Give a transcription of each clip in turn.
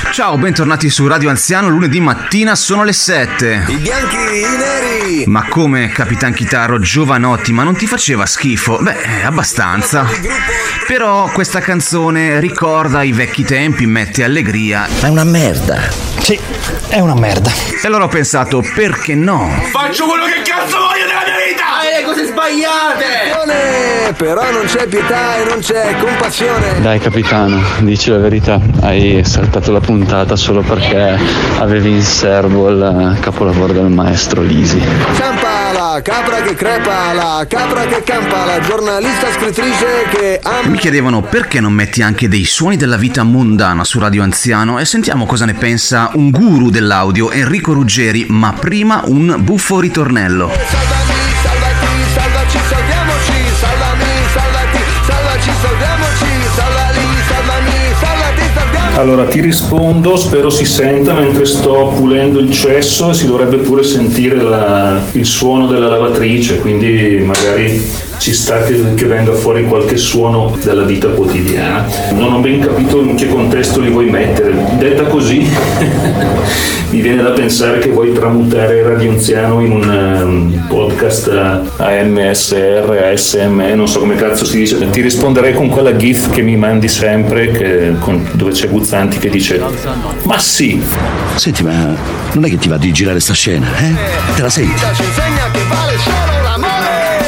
Ciao, bentornati su Radio Anziano, lunedì mattina sono le 7. I bianchi, i neri. Ma come, Capitan Chitaro, Giovanotti, ma non ti faceva schifo? Beh, abbastanza. Però questa canzone ricorda i vecchi tempi, mette allegria. Ma è una merda. Sì, è una merda. E allora ho pensato, perché no? Faccio quello che cazzo voglio nella mia vita! Le cose sbagliate! Però non c'è pietà e non c'è compassione. Dai capitano, dici la verità, hai saltato la puntata solo perché avevi in serbo il capolavoro del maestro Lisi. Ciampa la capra che crepa, la capra che campa, la giornalista scrittrice che ama. Mi chiedevano perché non metti anche dei suoni della vita mondana su Radio Anziano e sentiamo cosa ne pensa un guru dell'audio, Enrico Ruggeri, ma prima un buffo ritornello. Salvami, salvati, salvaci, salviamoci, salvami, salvati, salvaci, salviamoci, salvali, salvami, salvati, salviamoci. Allora ti rispondo, spero si senta mentre sto pulendo il cesso e si dovrebbe pure sentire il suono della lavatrice, quindi magari ci sta che venga fuori qualche suono della vita quotidiana. Non ho ben capito in che contesto li vuoi mettere. Detta così mi viene da pensare che vuoi tramutare Radio Anziano in un podcast AMSR, ASMR, non so come cazzo si dice. Ti risponderei con quella gif che mi mandi sempre, dove c'è Guzzanti che dice ma sì. Senti, ma non è che ti va di girare sta scena, eh? Te la senti? Ci insegna che vale solo l'amore.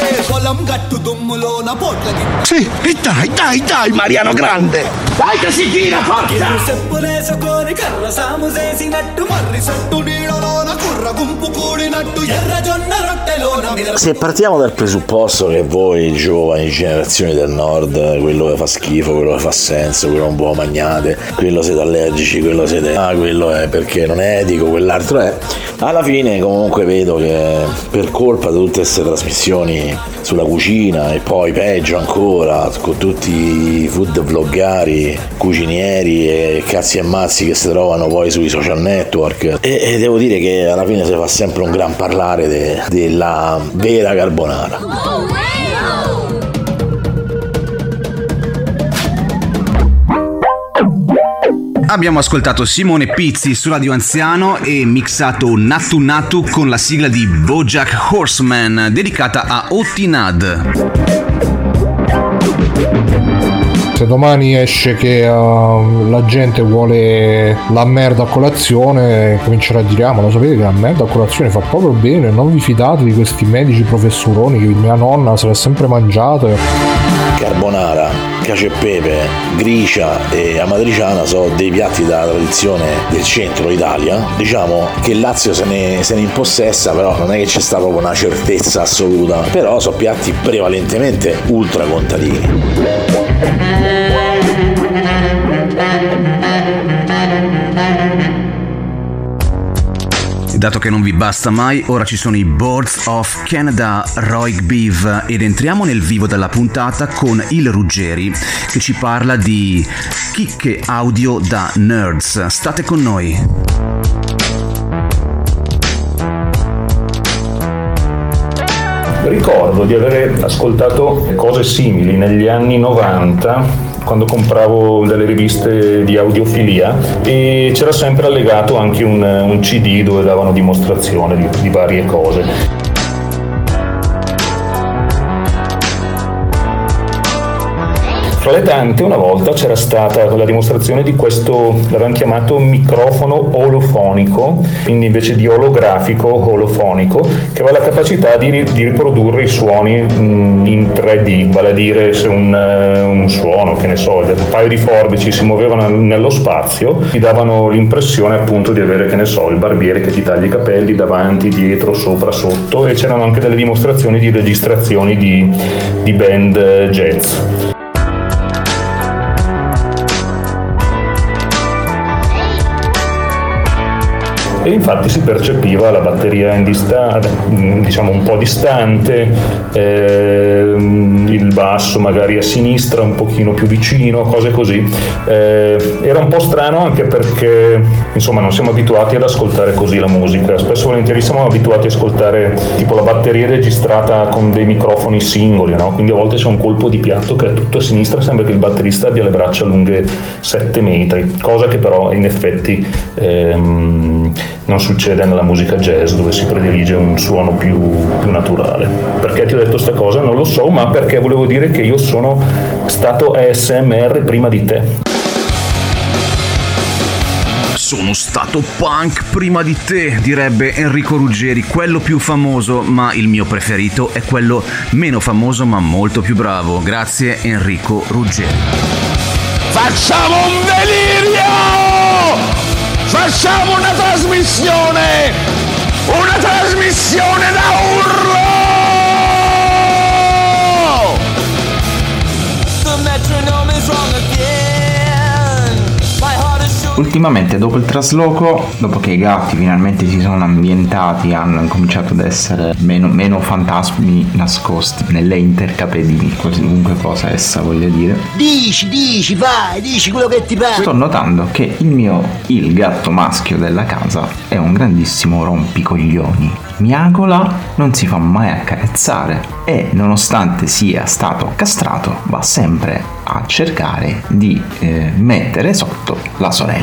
Sì, e dai, Mariano Grande! Dai che si gira, forza! Se partiamo dal presupposto che voi giovani generazioni del nord, quello che fa schifo, quello che fa senso, quello non buono magnate, quello siete allergici, quello siete quello è perché non è etico, quell'altro è, alla fine comunque vedo che per colpa di tutte queste trasmissioni sulla cucina e poi peggio ancora con tutti i food vloggari, cucinieri e cazzi e mazzi che si trovano poi sui social network e devo dire che alla fine si fa sempre un gran parlare della vera carbonara. Abbiamo ascoltato Simone Pizzi su Radio Anziano e mixato Nattu Nattu con la sigla di BoJack Horseman dedicata a Ottinad. Se domani esce che la gente vuole la merda a colazione, comincerà a dire ma lo sapete che la merda a colazione fa proprio bene, non vi fidate di questi medici professoroni che mia nonna se l'è sempre mangiata. Carbonara, cacio e pepe, gricia e amatriciana sono dei piatti della tradizione del centro Italia. Diciamo che Lazio se ne impossessa, però non è che c'è sta proprio una certezza assoluta, però sono piatti prevalentemente ultra contadini. Dato che non vi basta mai, ora ci sono i Birds of Canada, Roig Biv, ed entriamo nel vivo della puntata con il Ruggeri che ci parla di chicche audio da nerds. State con noi. Ricordo di aver ascoltato cose simili negli anni 90 quando compravo delle riviste di audiofilia e c'era sempre allegato anche un CD dove davano dimostrazione di varie cose. Fra le tante, una volta c'era stata la dimostrazione di questo, l'avevano chiamato microfono olofonico, quindi invece di olografico, olofonico, che aveva la capacità di riprodurre i suoni in 3D, vale a dire se un suono, che ne so, un paio di forbici si muovevano nello spazio, ti davano l'impressione appunto di avere, che ne so, il barbiere che ti taglia i capelli davanti, dietro, sopra, sotto, e c'erano anche delle dimostrazioni di registrazioni di band jazz. e infatti si percepiva la batteria diciamo un po' distante, il basso magari a sinistra un pochino più vicino, cose così. Era un po' strano anche perché insomma non siamo abituati ad ascoltare così la musica, spesso e volentieri siamo abituati ad ascoltare tipo la batteria registrata con dei microfoni singoli, no? Quindi a volte c'è un colpo di piatto che è tutto a sinistra, sembra che il batterista abbia le braccia lunghe 7 metri, cosa che però in effetti non succede nella musica jazz, dove si predilige un suono più naturale. Perché ti ho detto sta cosa? Non lo so, ma perché volevo dire che io sono stato ASMR prima di te. Sono stato punk prima di te, direbbe Enrico Ruggeri, quello più famoso, ma il mio preferito è quello meno famoso ma molto più bravo. Grazie Enrico Ruggeri. Facciamo un delirio! Facciamo una trasmissione da urlo! Ultimamente dopo il trasloco, dopo che i gatti finalmente si sono ambientati, hanno incominciato ad essere meno fantasmi nascosti nelle intercape di qualunque cosa essa voglia dire. Dici, vai, dici quello che ti pare. Sto notando che il gatto maschio della casa è un grandissimo rompicoglioni. Miagola, non si fa mai accarezzare e nonostante sia stato castrato va sempre a cercare di mettere sotto la sorella.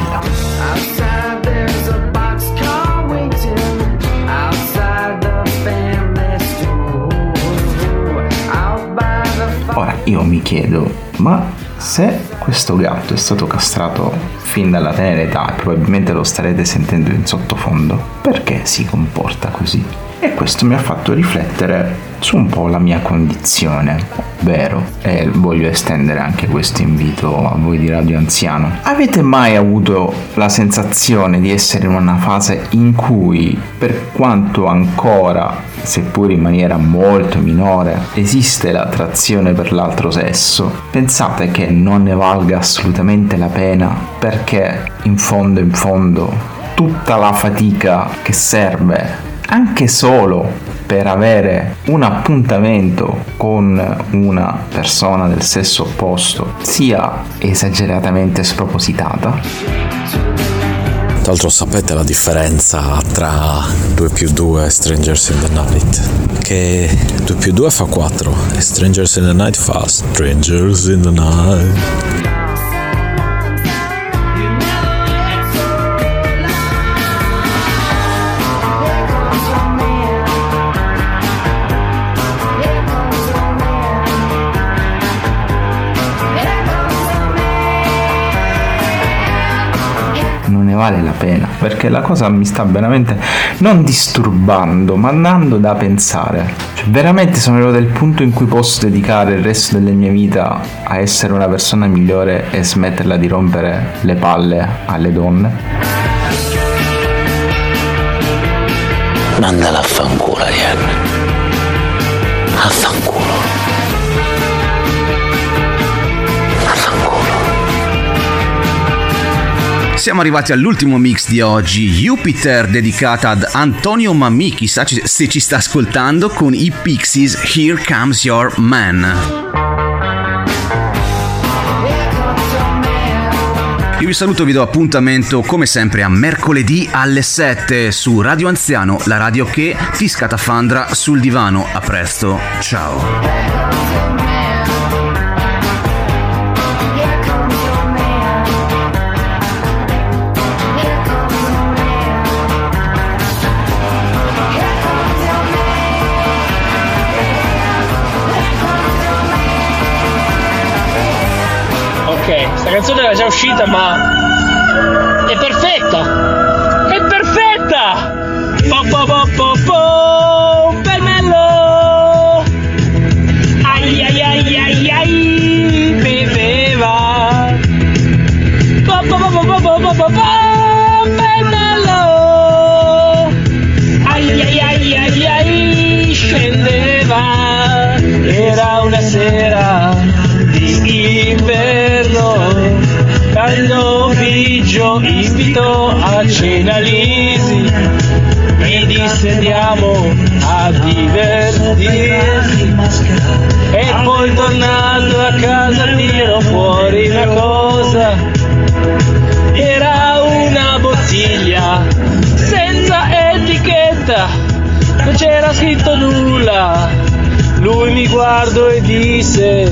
Ora io mi chiedo, ma se questo gatto è stato castrato fin dalla tenera età e probabilmente lo starete sentendo in sottofondo, perché si comporta così? E questo mi ha fatto riflettere su un po' la mia condizione, ovvero, e voglio estendere anche questo invito a voi di Radio Anziano. Avete mai avuto la sensazione di essere in una fase in cui, per quanto ancora, seppur in maniera molto minore, esiste l'attrazione per l'altro sesso, pensate che non ne valga assolutamente la pena perché in fondo tutta la fatica che serve anche solo per avere un appuntamento con una persona del sesso opposto sia esageratamente spropositata? Tra l'altro sapete la differenza tra 2+2 e Strangers in the Night? Che 2+2 fa 4 e Strangers in the Night fa Strangers in the Night. Non ne vale la pena, perché la cosa mi sta veramente non disturbando, ma dando da pensare. Cioè, veramente sono arrivato al punto in cui posso dedicare il resto della mia vita a essere una persona migliore e smetterla di rompere le palle alle donne? Mandala a fanculo, Arianna. A fanculo. Siamo arrivati all'ultimo mix di oggi, Jupiter, dedicata ad Antonio Mammi, chissà se ci sta ascoltando, con i Pixies, Here Comes Your Man. Io vi saluto e vi do appuntamento come sempre a mercoledì alle 7 su Radio Anziano, la radio che ti scatafandra sul divano. A presto, ciao. Questa canzone era già uscita, ma è perfetta! È perfetta! Po po po po po, bello! Ai ai ai ai ai, beveva! Po po po po po po po po, bello! Ai ai ai ai ai, scendeva! Era una sera di inverno, caldo grigio invitò a cena Lisi, mi disse andiamo a divertirsi, e poi tornando a casa tirò fuori una cosa, era una bottiglia senza etichetta, non c'era scritto nulla. Lui mi guardò e disse: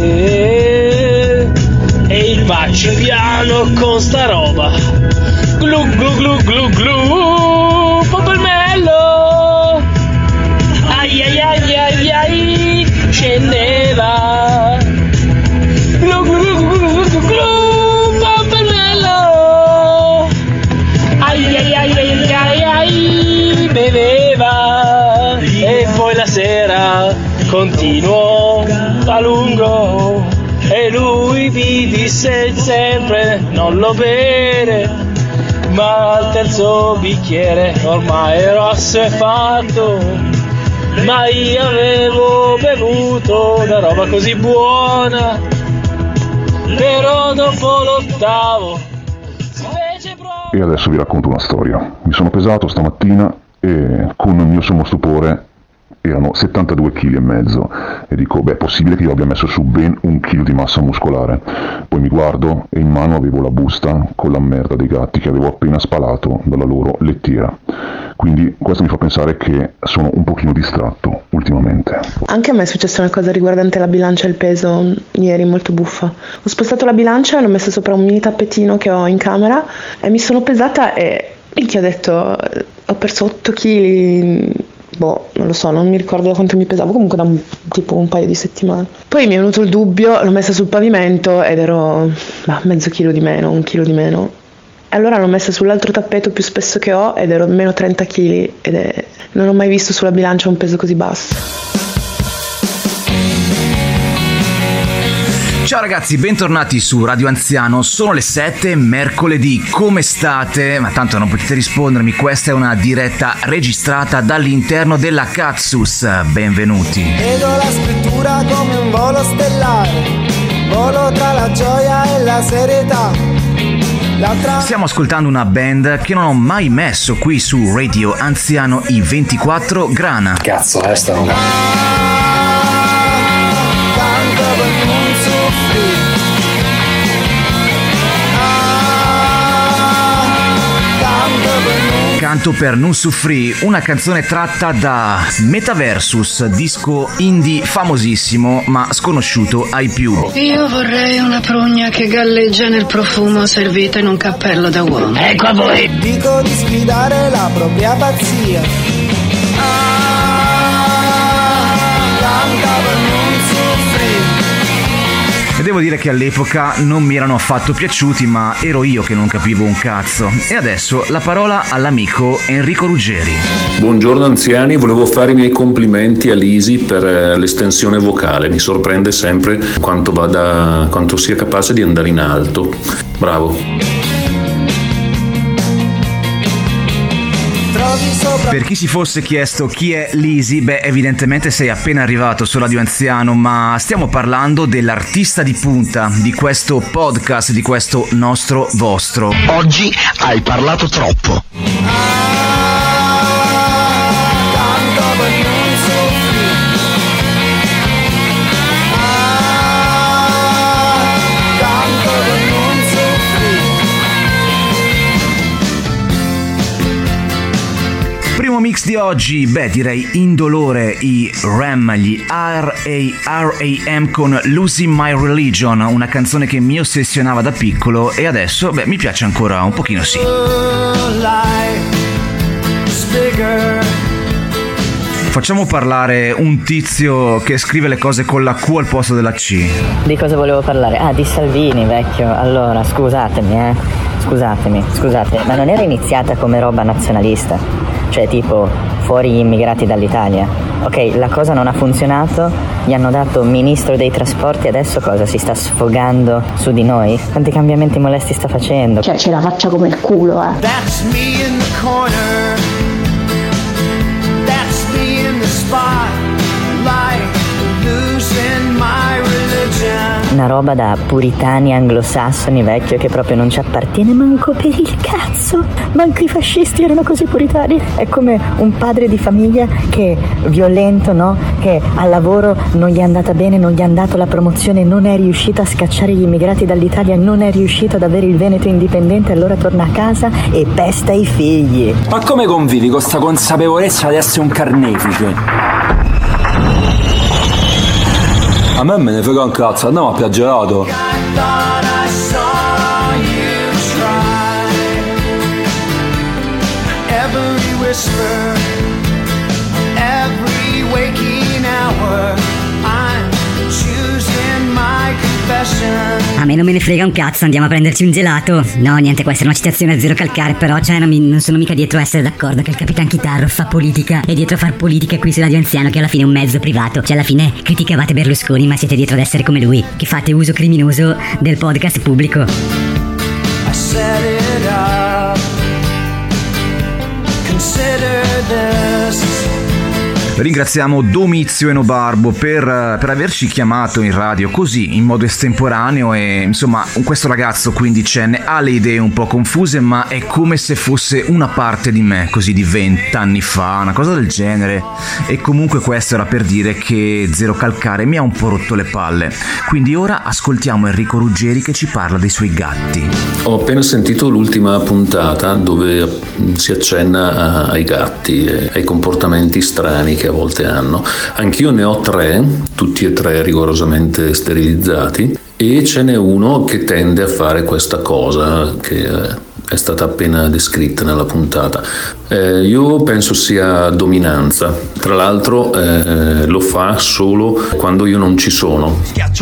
ehi, facci piano con sta roba, glu glu glu glu glu, Pompelmello, ai ai ai ai ai, scendeva, glu glu glu glu glu glu glu, Pompelmello, ai ai ai ai ai ai, beveva, e poi la sera continuò a lungo, e lui mi disse sempre non lo bere, ma al terzo bicchiere ormai ero assuefatto, ma io avevo bevuto una roba così buona, però dopo l'ottavo fece proprio. E adesso vi racconto una storia. Mi sono pesato stamattina e con il mio sommo stupore erano 72,5 kg e dico, beh, è possibile che io abbia messo su ben 1 chilo di massa muscolare. Poi mi guardo e in mano avevo la busta con la merda dei gatti che avevo appena spalato dalla loro lettiera. Quindi questo mi fa pensare che sono un pochino distratto ultimamente. Anche a me è successa una cosa riguardante la bilancia e il peso ieri, molto buffa. Ho spostato la bilancia e l'ho messa sopra un mini tappetino che ho in camera e mi sono pesata e minchia, ho detto, ho perso 8 kg. Boh, non lo so, non mi ricordo da quanto mi pesavo, comunque da tipo un paio di settimane. Poi mi è venuto il dubbio, l'ho messa sul pavimento ed ero mezzo chilo di meno, 1 chilo di meno. E allora l'ho messa sull'altro tappeto più spesso che ho ed ero meno 30 kg non ho mai visto sulla bilancia un peso così basso. Ciao ragazzi, bentornati su Radio Anziano, sono le 7, mercoledì, come state? Ma tanto non potete rispondermi, questa è una diretta registrata dall'interno della Katsus, benvenuti. Vedo la scrittura come un volo stellare, volo tra la gioia e la serietà. Stiamo ascoltando una band che non ho mai messo qui su Radio Anziano, i 24 Grana. Cazzo, sta non... Canto per non soffrire, una canzone tratta da Metaversus, disco indie famosissimo ma sconosciuto ai più. Io vorrei una prugna che galleggia nel profumo servita in un cappello da uomo. Ecco a voi! Dico di sfidare la propria pazzia. Canta per non soffrire. E devo dire che all'epoca non mi erano affatto piaciuti, ma ero io che non capivo un cazzo. E adesso la parola all'amico Enrico Ruggeri. Buongiorno anziani, volevo fare i miei complimenti a Lisi per l'estensione vocale. Mi sorprende sempre quanto sia capace di andare in alto. Bravo. Per chi si fosse chiesto chi è Lisi, beh, evidentemente sei appena arrivato su Radio Anziano, ma stiamo parlando dell'artista di punta di questo podcast, di questo nostro vostro. Oggi hai parlato troppo. Mix di oggi, beh, direi indolore, i Ram, gli R.A.R.A.M. con Losing My Religion, una canzone che mi ossessionava da piccolo e adesso, beh, mi piace ancora un pochino, sì. Facciamo parlare un tizio che scrive le cose con la Q al posto della C. Di cosa volevo parlare? Ah, di Salvini, vecchio. Allora, scusatemi, ma non era iniziata come roba nazionalista? Cioè tipo fuori gli immigrati dall'Italia. Ok, la cosa non ha funzionato, gli hanno dato ministro dei trasporti, adesso cosa? Si sta sfogando su di noi? Quanti cambiamenti molesti sta facendo? Cioè ce la faccia come il culo, That's me in the corner. That's me in the spotlight. Losing my religion. una roba da puritani anglosassoni, vecchio, che proprio non ci appartiene manco per il cazzo. Manco i fascisti erano così puritani. È come un padre di famiglia che violento, no? Che al lavoro non gli è andata bene, non gli è andato la promozione, non è riuscito a scacciare gli immigrati dall'Italia, non è riuscito ad avere il Veneto indipendente, allora torna a casa e pesta i figli. Ma come convivi con sta consapevolezza di essere un carnefice? A me ne frega un cazzo, andiamo a Piaggerato. A me non me ne frega un cazzo, andiamo a prenderci un gelato. No, niente, questa è una citazione a Zero Calcare, però cioè non sono mica dietro a essere d'accordo che il Capitan Chitarro fa politica e dietro a far politica qui su Radio Anziano, che alla fine è un mezzo privato. Cioè alla fine criticavate Berlusconi, ma siete dietro ad essere come lui, che fate uso criminoso del podcast pubblico. I set it up. Consider this. Ringraziamo Domizio Enobarbo per averci chiamato in radio così in modo estemporaneo e insomma questo ragazzo quindicenne ha le idee un po' confuse, ma è come se fosse una parte di me così di 20 anni fa, una cosa del genere. E comunque questo era per dire che Zero Calcare mi ha un po' rotto le palle. Quindi ora ascoltiamo Enrico Ruggeri che ci parla dei suoi gatti. Ho appena sentito l'ultima puntata dove si accenna ai gatti e ai comportamenti strani che a volte hanno. Anch'io ne ho 3, tutti e 3 rigorosamente sterilizzati, e ce n'è uno che tende a fare questa cosa che è stata appena descritta nella puntata. Io penso sia dominanza. Tra l'altro lo fa solo quando io non ci sono.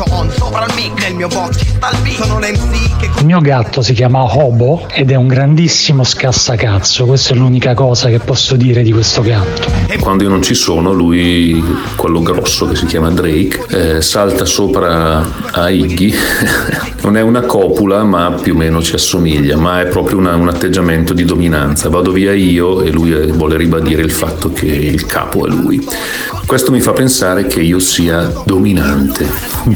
Il mio gatto si chiama Hobo ed è un grandissimo scassacazzo. Questa è l'unica cosa che posso dire di questo gatto. Quando io non ci sono, lui, quello grosso che si chiama Drake, salta sopra a Iggy. Non è una copula, ma più o meno ci assomiglia, ma è proprio un atteggiamento di dominanza. Vado via io e lui vuole ribadire il fatto che il capo è lui. Questo mi fa pensare che io sia dominante.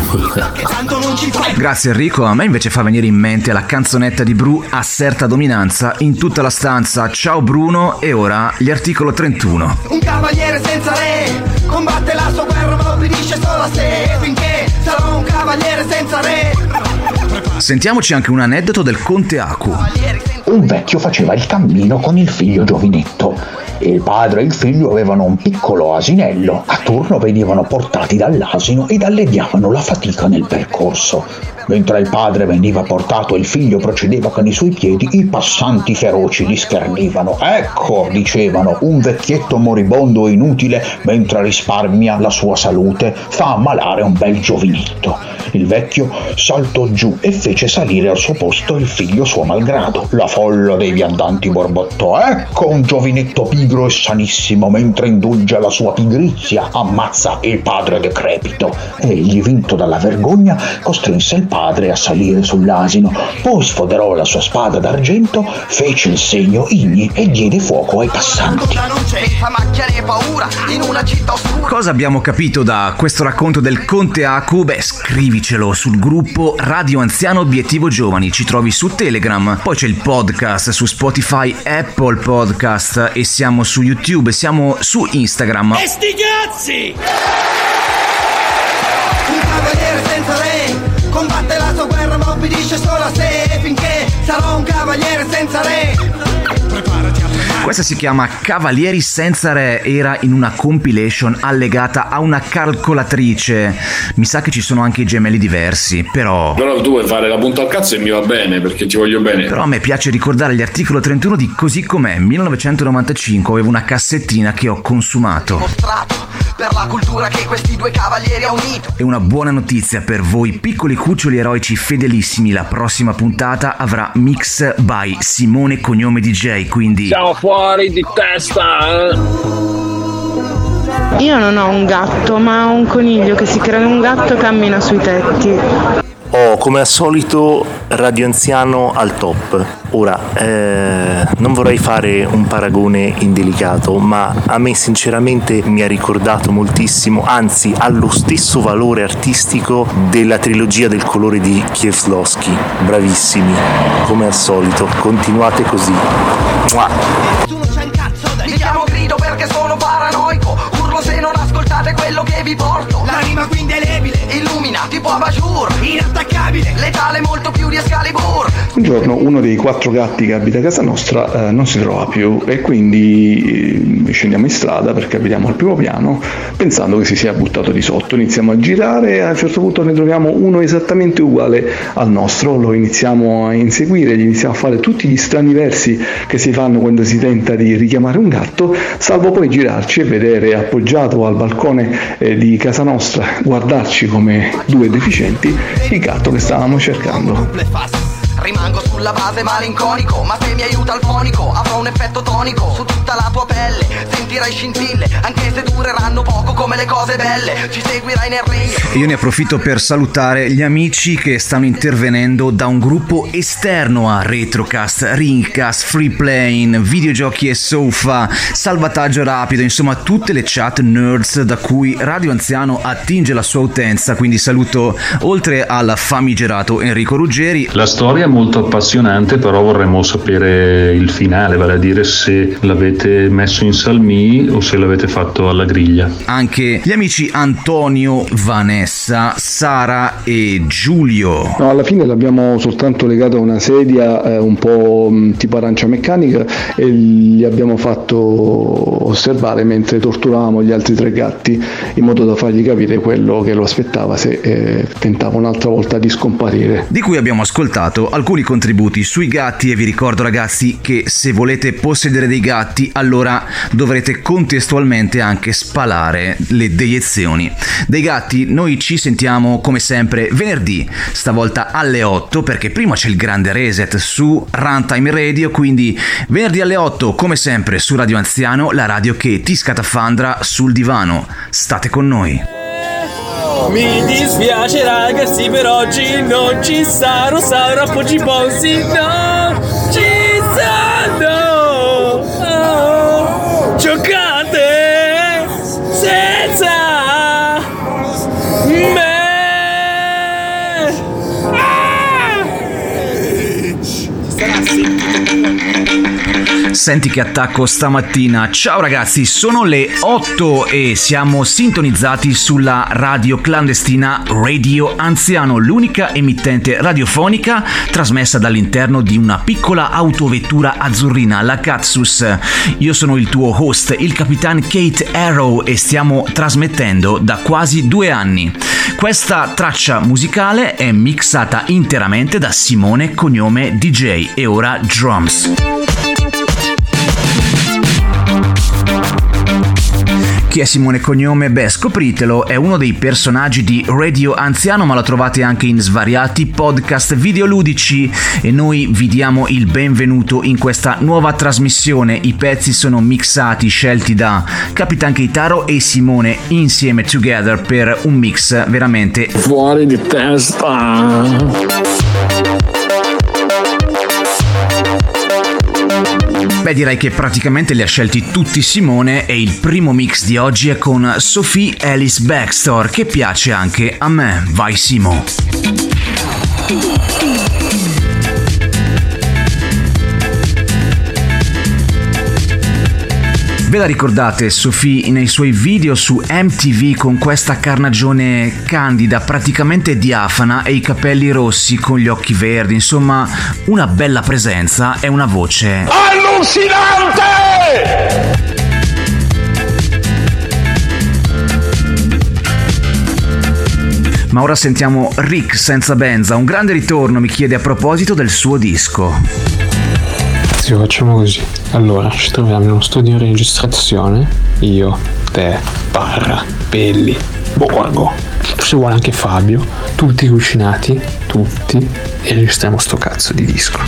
Grazie Enrico, a me invece fa venire in mente la canzonetta di Bru, Asserta dominanza in tutta la stanza. Ciao Bruno, e ora gli articolo 31. Un cavaliere senza re combatte la sua guerra ma obbedisce solo a sé, finché sarò un cavaliere senza re. Sentiamoci anche un aneddoto del Conte Aku. Un vecchio faceva il cammino con il figlio giovinetto. Il padre e il figlio avevano un piccolo asinello. A turno venivano portati dall'asino ed alleviavano la fatica nel percorso. Mentre il padre veniva portato e il figlio procedeva con i suoi piedi, i passanti feroci li schernivano. Ecco, dicevano, un vecchietto moribondo e inutile, mentre risparmia la sua salute, fa ammalare un bel giovinetto. Il vecchio saltò giù e fece salire al suo posto il figlio suo malgrado. La folla dei viandanti borbottò. Ecco un giovinetto pigro e sanissimo, mentre indulge la sua pigrizia, ammazza il padre decrepito. Egli, vinto dalla vergogna, costrinse il padre a salire sull'asino, poi sfoderò la sua spada d'argento, fece il segno igni e diede fuoco ai passanti. Cosa abbiamo capito da questo racconto del Conte Aku? Beh, scrivicelo sul gruppo Radio Anziano Obiettivo Giovani, ci trovi su Telegram, poi c'è il podcast su Spotify, Apple Podcast e siamo su YouTube, siamo su Instagram. E sti cazzi! Un cavaliere senza re combatte la sua guerra ma obbedisce solo a sé, finché sarò un cavaliere senza re. Questa si chiama Cavalieri senza re, era in una compilation allegata a una calcolatrice. Mi sa che ci sono anche i gemelli diversi, però tu vuoi fare la punta al cazzo e mi va bene, perché ti voglio bene. Però a me piace ricordare gli articoli 31 di Così com'è. 1995 avevo una cassettina che ho consumato. Per la cultura che questi due cavalieri ha unito. E una buona notizia per voi piccoli cuccioli eroici fedelissimi: la prossima puntata avrà mix by Simone Cognome DJ, quindi siamo fuori di testa. Io non ho un gatto, ma ho un coniglio che si crede un gatto e cammina sui tetti. ho come al solito Radio Anziano al top. Ora, non vorrei fare un paragone indelicato, ma a me sinceramente mi ha ricordato moltissimo, anzi ha lo stesso valore artistico della trilogia del colore di Kieslowski. Bravissimi, come al solito, continuate così. Mi chiamo grido perché sono paranoico, urlo se non ascoltate quello che vi porto. La rima quindi è lebile, illumina tipo Abajur, inattaccabile, letale molto più di Excalibur. Un giorno uno dei 4 gatti che abita a casa nostra non si trova più e quindi scendiamo in strada perché abitiamo al primo piano pensando che si sia buttato di sotto. Iniziamo a girare e a un certo punto ne troviamo uno esattamente uguale al nostro, lo iniziamo a inseguire, gli iniziamo a fare tutti gli strani versi che si fanno quando si tenta di richiamare un gatto, salvo poi girarci e vedere appoggiato al balcone di casa nostra, guardarci come 2 deficienti, il gatto che stavamo cercando. Rimango sulla base malinconico, ma se mi aiuta il fonico avrò un effetto tonico su tutta la tua pelle, sentirai scintille anche se dureranno poco come le cose belle, ci seguirai nel regno. Io ne approfitto per salutare gli amici che stanno intervenendo da un gruppo esterno a Retrocast, Ringcast, Freeplane, Videogiochi e Sofa, Salvataggio Rapido, insomma tutte le chat nerds da cui Radio Anziano attinge la sua utenza, quindi saluto oltre al famigerato Enrico Ruggeri. La storia è molto appassionante, però vorremmo sapere il finale, vale a dire se l'avete messo in salmì o se l'avete fatto alla griglia. Anche gli amici Antonio, Vanessa, Sara e Giulio. No, alla fine l'abbiamo soltanto legato a una sedia un po' tipo arancia meccanica e gli abbiamo fatto osservare mentre torturavamo gli altri 3 gatti in modo da fargli capire quello che lo aspettava se tentava un'altra volta di scomparire. Di cui abbiamo ascoltato alcuni contributi sui gatti e vi ricordo ragazzi che se volete possedere dei gatti allora dovrete contestualmente anche spalare le deiezioni dei gatti. Noi ci sentiamo come sempre venerdì, stavolta alle 8 perché prima c'è il grande reset su Runtime Radio, quindi venerdì alle 8 come sempre su Radio Anziano, la radio che ti scatafandra sul divano. State con noi. Mi dispiace ragazzi, per oggi non ci sarò Poggi Bonzi, no, ci sono, oh, giocate senza me. Senti che attacco stamattina. Ciao ragazzi, sono le 8 e siamo sintonizzati sulla radio clandestina Radio Anziano, l'unica emittente radiofonica trasmessa dall'interno di una piccola autovettura azzurrina, la Katsus. Io sono il tuo host, il Capitan Kate Arrow, e stiamo trasmettendo da quasi 2 anni. Questa traccia musicale è mixata interamente da Simone Cognome DJ e ora Drums. Chi è Simone Cognome? Beh, scopritelo, è uno dei personaggi di Radio Anziano, ma lo trovate anche in svariati podcast videoludici e noi vi diamo il benvenuto in questa nuova trasmissione. I pezzi sono mixati, scelti da Capitan Keitaro e Simone insieme together per un mix veramente fuori di testa. Beh, direi che praticamente li ha scelti tutti Simone e il primo mix di oggi è con Sophie Ellis Bextor, che piace anche a me. Vai Simo! Ve la ricordate Sophie nei suoi video su MTV con questa carnagione candida, praticamente diafana, e i capelli rossi con gli occhi verdi, insomma una bella presenza e una voce allucinante! Ma ora sentiamo Rick senza Benza, un grande ritorno, mi chiede a proposito del suo disco. Sì, facciamo così. Allora, ci troviamo in uno studio di registrazione, io, te, Parra, Belli, Borgo, se vuole anche Fabio, tutti cucinati, tutti, e registriamo sto cazzo di disco.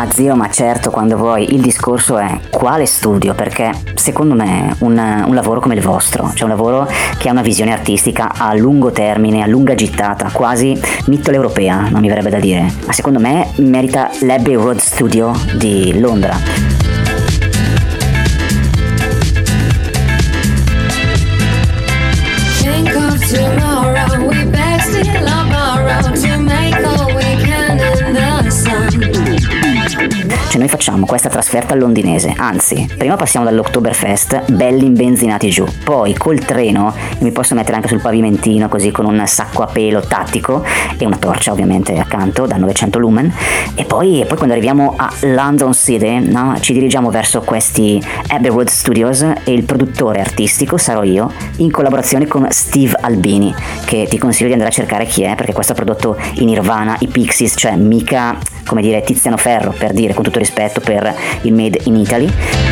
Ma zio, ma certo, quando vuoi. Il discorso è quale studio, perché secondo me un lavoro come il vostro, cioè un lavoro che ha una visione artistica a lungo termine, a lunga gittata, quasi mitteleuropea, non mi verrebbe da dire, ma secondo me merita l'Abbey Road Studio di Londra. Cioè noi facciamo questa trasferta londinese, anzi, prima passiamo dall'Oktoberfest belli imbenzinati giù, poi col treno, mi posso mettere anche sul pavimentino così con un sacco a pelo tattico e una torcia ovviamente accanto da 900 lumen, e poi quando arriviamo a London City, no, ci dirigiamo verso questi Abbey Road Studios e il produttore artistico sarò io, in collaborazione con Steve Albini, che ti consiglio di andare a cercare chi è, perché questo ha prodotto i Nirvana, i Pixies, cioè mica, come dire, Tiziano Ferro, per dire, con tutto rispetto per il Made in Italy.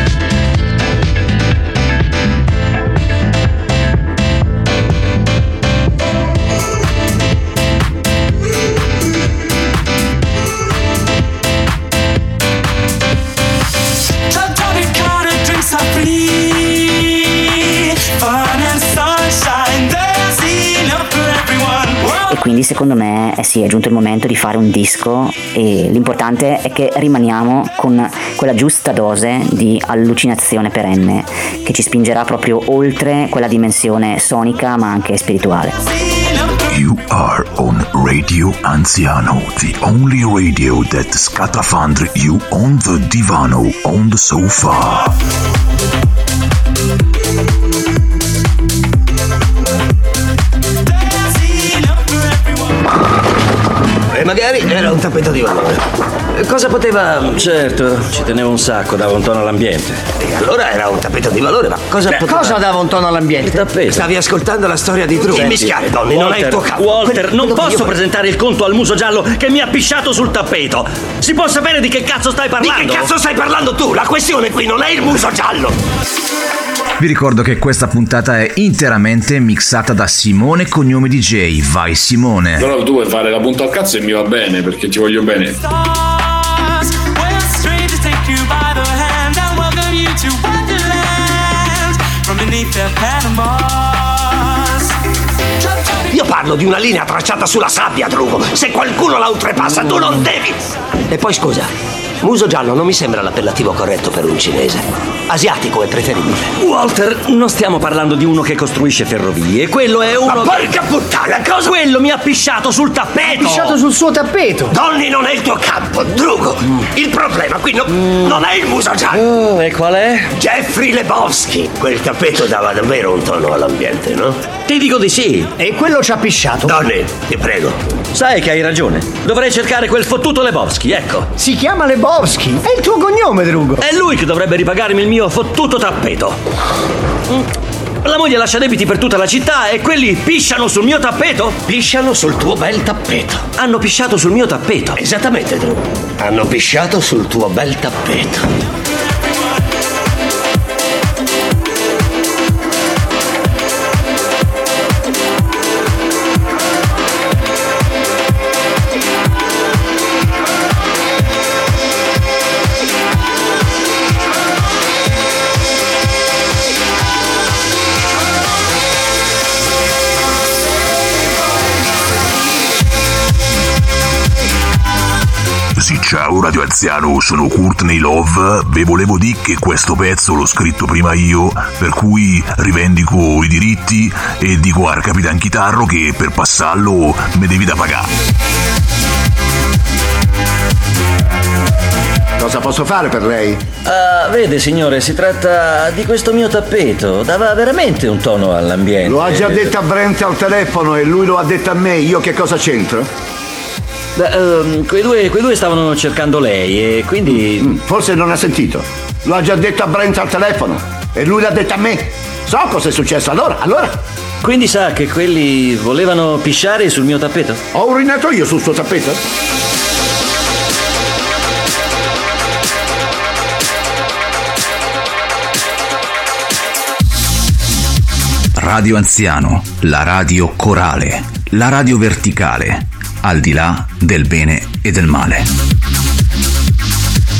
Quindi secondo me sì, è giunto il momento di fare un disco e l'importante è che rimaniamo con quella giusta dose di allucinazione perenne che ci spingerà proprio oltre quella dimensione sonica ma anche spirituale. You are on Radio Anziano, the only radio that scatafandri you on the divano, on the sofa. Magari era un tappeto di valore. Cosa poteva... Certo, ci tenevo un sacco, dava un tono all'ambiente. E allora era un tappeto di valore, ma cosa dava un tono all'ambiente? Il tappeto. Stavi ascoltando la storia di Drew. Immischiare donne, non è il tuo capo. Walter, non posso presentare il conto al muso giallo che mi ha pisciato sul tappeto. Si può sapere di che cazzo stai parlando? Di che cazzo stai parlando tu? La questione qui non è il muso giallo. Vi ricordo che questa puntata è interamente mixata da Simone Cognome DJ. Vai Simone. Però tu vuoi fare la punta al cazzo e mi va bene, perché ti voglio bene. Io parlo di una linea tracciata sulla sabbia, Drugo. Se qualcuno la oltrepassa, tu non devi. E poi scusa, muso giallo non mi sembra l'appellativo corretto per un cinese. Asiatico è preferibile. Walter, non stiamo parlando di uno che costruisce ferrovie. Quello è uno... Ma porca puttana, cosa? Quello mi ha pisciato sul tappeto. Ha pisciato sul suo tappeto. Donny non è il tuo campo, Drugo. Il problema qui non è il muso giallo. E qual è? Jeffrey Lebowski. Quel tappeto dava davvero un tono all'ambiente, no? Ti dico di sì. E quello ci ha pisciato. Donny, ti prego. Sai che hai ragione. Dovrei cercare quel fottuto Lebowski, ecco. Si chiama Lebowski. È il tuo cognome, Drugo. È lui che dovrebbe ripagarmi il mio fottuto tappeto. La moglie lascia debiti per tutta la città e quelli pisciano sul mio tappeto? Pisciano sul tuo bel tappeto. Hanno pisciato sul mio tappeto. Esattamente, Drew. Hanno pisciato sul tuo bel tappeto. Sì, ciao Radio Anziano, sono Courtney Love. Vi volevo dire che questo pezzo l'ho scritto prima io, per cui rivendico i diritti e dico al Capitan Chitarro che per passarlo me devi da pagare. Cosa posso fare per lei? Vede signore, si tratta di questo mio tappeto. Dava veramente un tono all'ambiente. Lo ha già detto a Brent al telefono e lui lo ha detto a me. Io che cosa c'entro? Quei due stavano cercando lei e quindi... Forse non ha sentito. Lo ha già detto a Brent al telefono e lui l'ha detto a me. So cosa è successo allora. Quindi sa che quelli volevano pisciare sul mio tappeto? Ho urinato io sul suo tappeto? Radio Anziano, la radio corale, la radio verticale, al di là del bene e del male.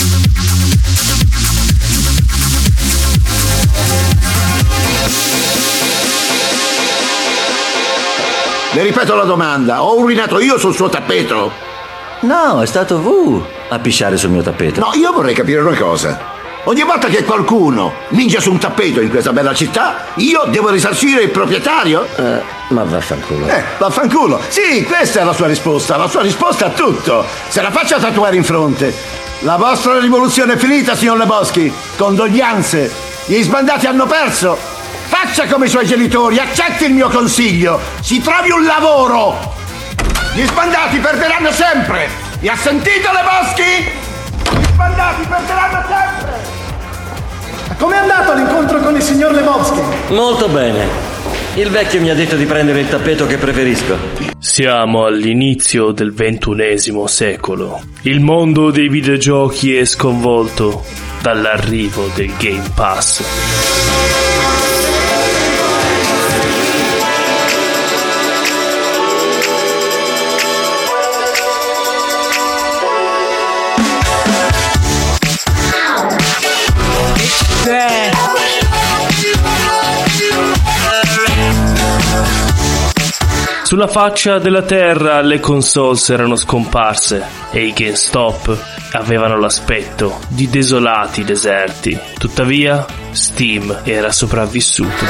Le ripeto la domanda, ho urinato io sul suo tappeto? No, è stato V a pisciare sul mio tappeto. No, io vorrei capire una cosa. Ogni volta che qualcuno mingia su un tappeto in questa bella città, io devo risarcire il proprietario? Ma vaffanculo. Vaffanculo. Sì, questa è la sua risposta a tutto. Se la faccia tatuare in fronte. La vostra rivoluzione è finita, signor Lebowski. Condoglianze. Gli sbandati hanno perso. Faccia come i suoi genitori, accetti il mio consiglio. Si trovi un lavoro. Gli sbandati perderanno sempre. Mi ha sentito, Lebowski? Gli sbandati perderanno sempre. Com'è andato l'incontro con il signor Lebowski? Molto bene. Il vecchio mi ha detto di prendere il tappeto che preferisco. Siamo all'inizio del XXI secolo. Il mondo dei videogiochi è sconvolto dall'arrivo del Game Pass. Sulla faccia della terra le consoles erano scomparse e i GameStop avevano l'aspetto di desolati deserti. Tuttavia, Steam era sopravvissuto.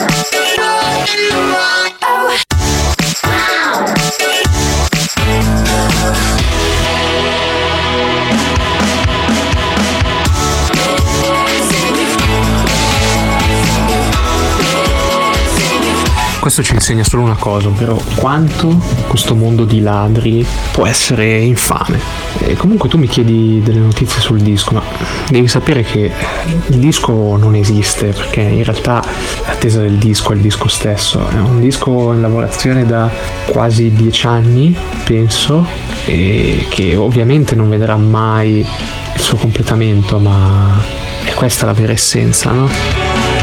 Questo ci insegna solo una cosa, ovvero quanto questo mondo di ladri può essere infame. E comunque tu mi chiedi delle notizie sul disco, ma devi sapere che il disco non esiste, perché in realtà l'attesa del disco è il disco stesso. È un disco in lavorazione da quasi 10 anni, penso, e che ovviamente non vedrà mai il suo completamento, ma è questa la vera essenza, no?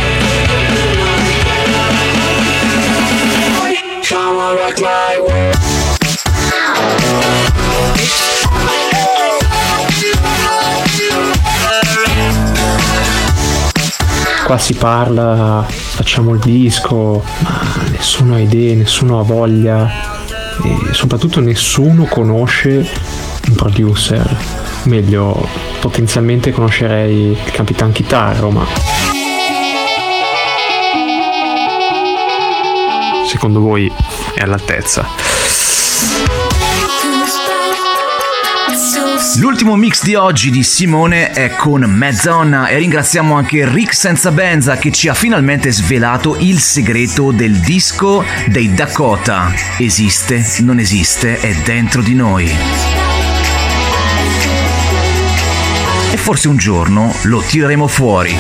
Qua si parla, facciamo il disco, ma nessuno ha idee, nessuno ha voglia e soprattutto nessuno conosce un producer. Meglio, potenzialmente conoscerei il Capitan Chitarro, ma secondo voi è all'altezza? L'ultimo mix di oggi di Simone è con Mezzonna e ringraziamo anche Rick Senza Benza che ci ha finalmente svelato il segreto del disco dei Dakota. Esiste, non esiste, è dentro di noi. E forse un giorno lo tireremo fuori.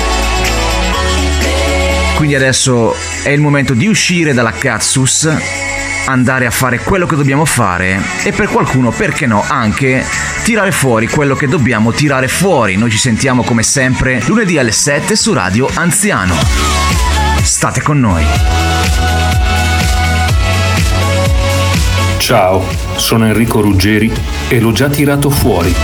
Quindi adesso è il momento di uscire dalla Cazzus, andare a fare quello che dobbiamo fare e per qualcuno, perché no, anche tirare fuori quello che dobbiamo tirare fuori. Noi ci sentiamo come sempre lunedì alle 7 su Radio Anziano. State con noi. Ciao, sono Enrico Ruggeri e l'ho già tirato fuori.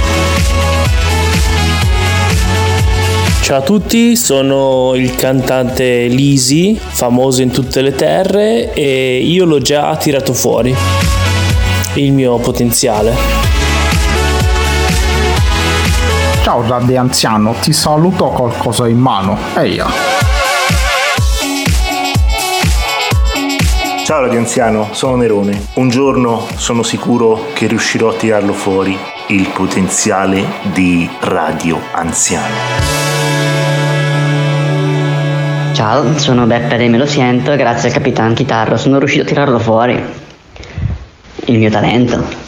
Ciao a tutti, sono il cantante Lisi, famoso in tutte le terre, e io l'ho già tirato fuori, il mio potenziale. Ciao Radio Anziano, ti saluto, ho qualcosa in mano, eia. Ciao Radio Anziano, sono Nerone. Un giorno sono sicuro che riuscirò a tirarlo fuori, il potenziale di Radio Anziano. Ciao, sono Beppe dei Me Lo Siento e grazie al Capitan Chitarro sono riuscito a tirarlo fuori. Il mio talento.